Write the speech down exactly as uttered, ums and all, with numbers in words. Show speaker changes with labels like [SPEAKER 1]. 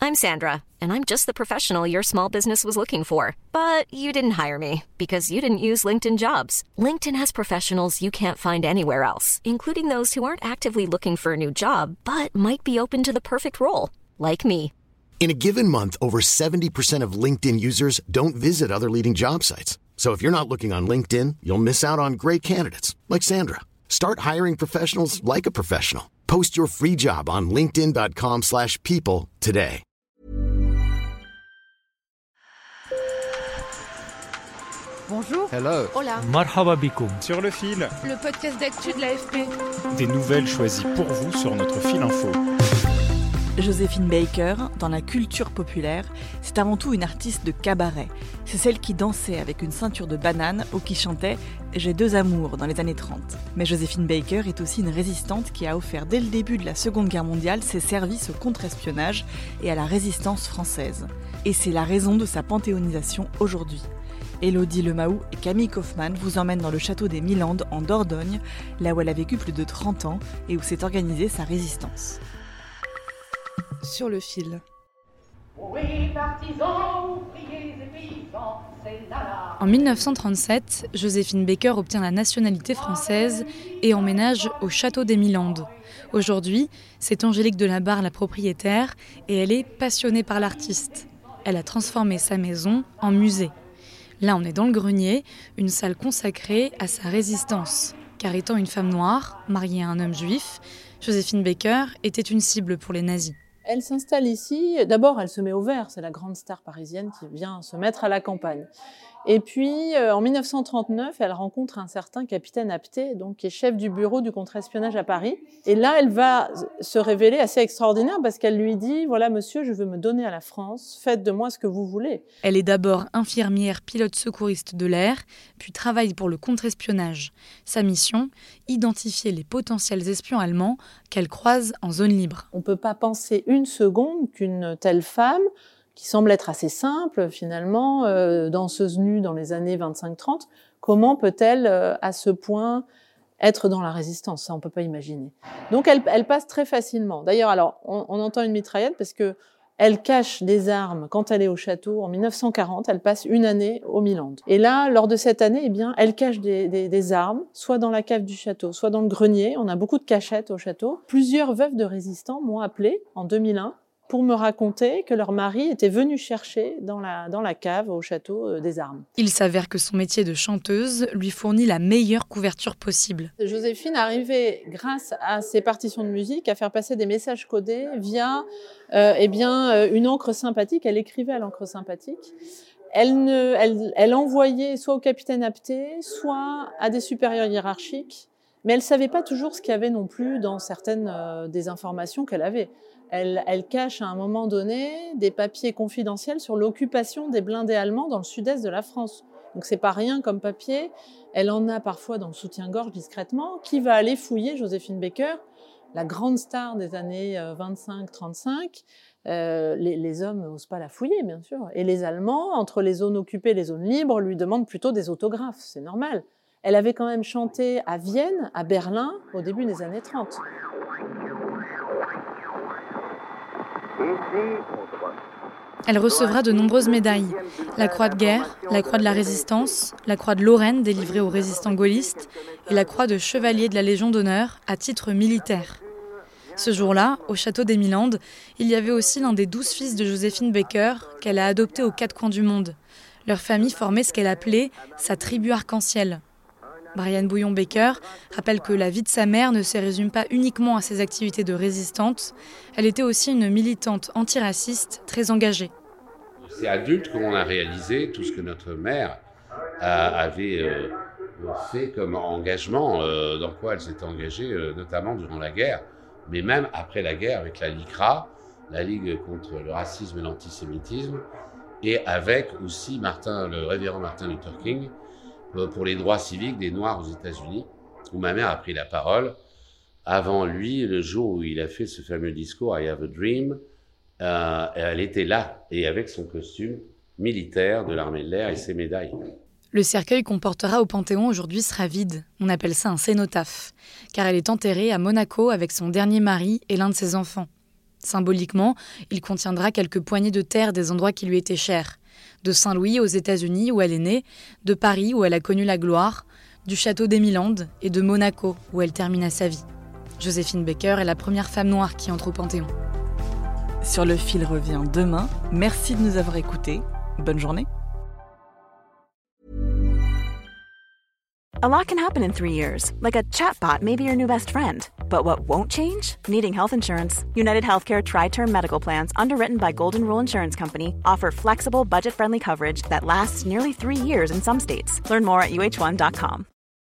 [SPEAKER 1] I'm Sandra, and I'm just the professional your small business was looking for. But you didn't hire me because you didn't use LinkedIn Jobs. LinkedIn has professionals you can't find anywhere else, including those who aren't actively looking for a new job, but might be open to the perfect role, like me.
[SPEAKER 2] In a given month, over seventy percent of LinkedIn users don't visit other leading job sites. So if you're not looking on LinkedIn, you'll miss out on great candidates like Sandra. Start hiring professionals like a professional. Post your free job on linkedin dot com slash people today.
[SPEAKER 3] Bonjour.
[SPEAKER 4] Hello.
[SPEAKER 3] Hola.
[SPEAKER 5] Marhaba bikoum.
[SPEAKER 6] Sur le fil.
[SPEAKER 3] Le podcast d'actu de l'A F P.
[SPEAKER 6] Des nouvelles choisies pour vous sur notre fil info.
[SPEAKER 7] Joséphine Baker, dans la culture populaire, c'est avant tout une artiste de cabaret. C'est celle qui dansait avec une ceinture de banane ou qui chantait « J'ai deux amours » dans les années trente. Mais Joséphine Baker est aussi une résistante qui a offert dès le début de la Seconde Guerre mondiale ses services au contre-espionnage et à la résistance française. Et c'est la raison de sa panthéonisation aujourd'hui. Élodie Lemaou et Camille Kaufmann vous emmènent dans le château des Milandes en Dordogne, là où elle a vécu plus de trente ans et où s'est organisée sa résistance. Sur le fil.
[SPEAKER 8] En dix-neuf cent trente-sept, Joséphine Baker obtient la nationalité française et emménage au château des Milandes. Aujourd'hui, c'est Angélique Delabarre la propriétaire et elle est passionnée par l'artiste. Elle a transformé sa maison en musée. Là, on est dans le grenier, une salle consacrée à sa résistance. Car étant une femme noire, mariée à un homme juif, Joséphine Baker était une cible pour les nazis.
[SPEAKER 9] Elle s'installe ici. D'abord, elle se met au vert. C'est la grande star parisienne qui vient se mettre à la campagne. Et puis, euh, en dix-neuf cent trente-neuf, elle rencontre un certain capitaine Apté, donc qui est chef du bureau du contre-espionnage à Paris. Et là, elle va se révéler assez extraordinaire parce qu'elle lui dit « Voilà, monsieur, je veux me donner à la France. Faites de moi ce que vous voulez. »
[SPEAKER 8] Elle est d'abord infirmière, pilote secouriste de l'air, puis travaille pour le contre-espionnage. Sa mission, identifier les potentiels espions allemands qu'elle croise en zone libre.
[SPEAKER 9] On ne peut pas penser une seconde qu'une telle femme, qui semble être assez simple finalement, euh, danseuse nue dans les années vingt-cinq trente, comment peut-elle euh, à ce point être dans la résistance? Ça, on ne peut pas imaginer. Donc elle, elle passe très facilement. D'ailleurs, alors on, on entend une mitraillette parce que elle cache des armes quand elle est au château. En dix-neuf cent quarante, elle passe une année aux Milandes. Et là, lors de cette année, eh bien, elle cache des, des, des armes, soit dans la cave du château, soit dans le grenier. On a beaucoup de cachettes au château. Plusieurs veuves de résistants m'ont appelée en deux mille un pour me raconter que leur mari était venu chercher dans la, dans la cave au château euh, des armes.
[SPEAKER 8] Il s'avère que son métier de chanteuse lui fournit la meilleure couverture possible.
[SPEAKER 9] Joséphine arrivait, grâce à ses partitions de musique, à faire passer des messages codés via euh, eh bien, euh, une encre sympathique. Elle écrivait à l'encre sympathique. Elle, ne, elle, elle envoyait soit au capitaine Apté, soit à des supérieurs hiérarchiques, mais elle ne savait pas toujours ce qu'il y avait non plus dans certaines euh, des informations qu'elle avait. Elle, elle cache à un moment donné des papiers confidentiels sur l'occupation des blindés allemands dans le sud-est de la France. Donc c'est pas rien comme papier. Elle en a parfois dans le soutien-gorge discrètement. Qui va aller fouiller Joséphine Baker, la grande star des années vingt-cinq trente-cinq? euh, les, les hommes n'osent pas la fouiller, bien sûr. Et les Allemands, entre les zones occupées et les zones libres, lui demandent plutôt des autographes. C'est normal. Elle avait quand même chanté à Vienne, à Berlin, au début des années trente.
[SPEAKER 8] Elle recevra de nombreuses médailles. La croix de guerre, la croix de la résistance, la croix de Lorraine délivrée aux résistants gaullistes et la croix de chevalier de la Légion d'honneur à titre militaire. Ce jour-là, au château des Milandes, il y avait aussi l'un des douze fils de Joséphine Baker qu'elle a adopté aux quatre coins du monde. Leur famille formait ce qu'elle appelait sa tribu arc-en-ciel. Brian Bouillon-Baker rappelle que la vie de sa mère ne se résume pas uniquement à ses activités de résistante. Elle était aussi une militante antiraciste très engagée.
[SPEAKER 10] C'est adulte qu'on a réalisé tout ce que notre mère a, avait euh, fait comme engagement, euh, dans quoi elle s'était engagée, euh, notamment durant la guerre, mais même après la guerre avec la LICRA, la Ligue contre le racisme et l'antisémitisme, et avec aussi Martin, le révérend Martin Luther King, pour les droits civiques des Noirs aux États-Unis, où ma mère a pris la parole avant lui, le jour où il a fait ce fameux discours « I have a dream euh, », elle était là, et avec son costume militaire de l'armée de l'air et ses médailles.
[SPEAKER 8] Le cercueil qu'on portera au Panthéon aujourd'hui sera vide. On appelle ça un cénotaphe, car elle est enterrée à Monaco avec son dernier mari et l'un de ses enfants. Symboliquement, il contiendra quelques poignées de terre des endroits qui lui étaient chers. De Saint-Louis aux États-Unis où elle est née, de Paris où elle a connu la gloire, du château d'Émilandes et de Monaco où elle termina sa vie. Joséphine Baker est la première femme noire qui entre au Panthéon.
[SPEAKER 7] Sur le fil revient demain. Merci de nous avoir écoutés. Bonne journée.
[SPEAKER 4] A lot can happen in three years, like a chatbot may be your new best friend. But what won't change? Needing health insurance. United Healthcare Tri-Term Medical Plans, underwritten by Golden Rule Insurance Company, offer flexible, budget-friendly coverage that lasts nearly three years in some states. Learn more at U H one dot com.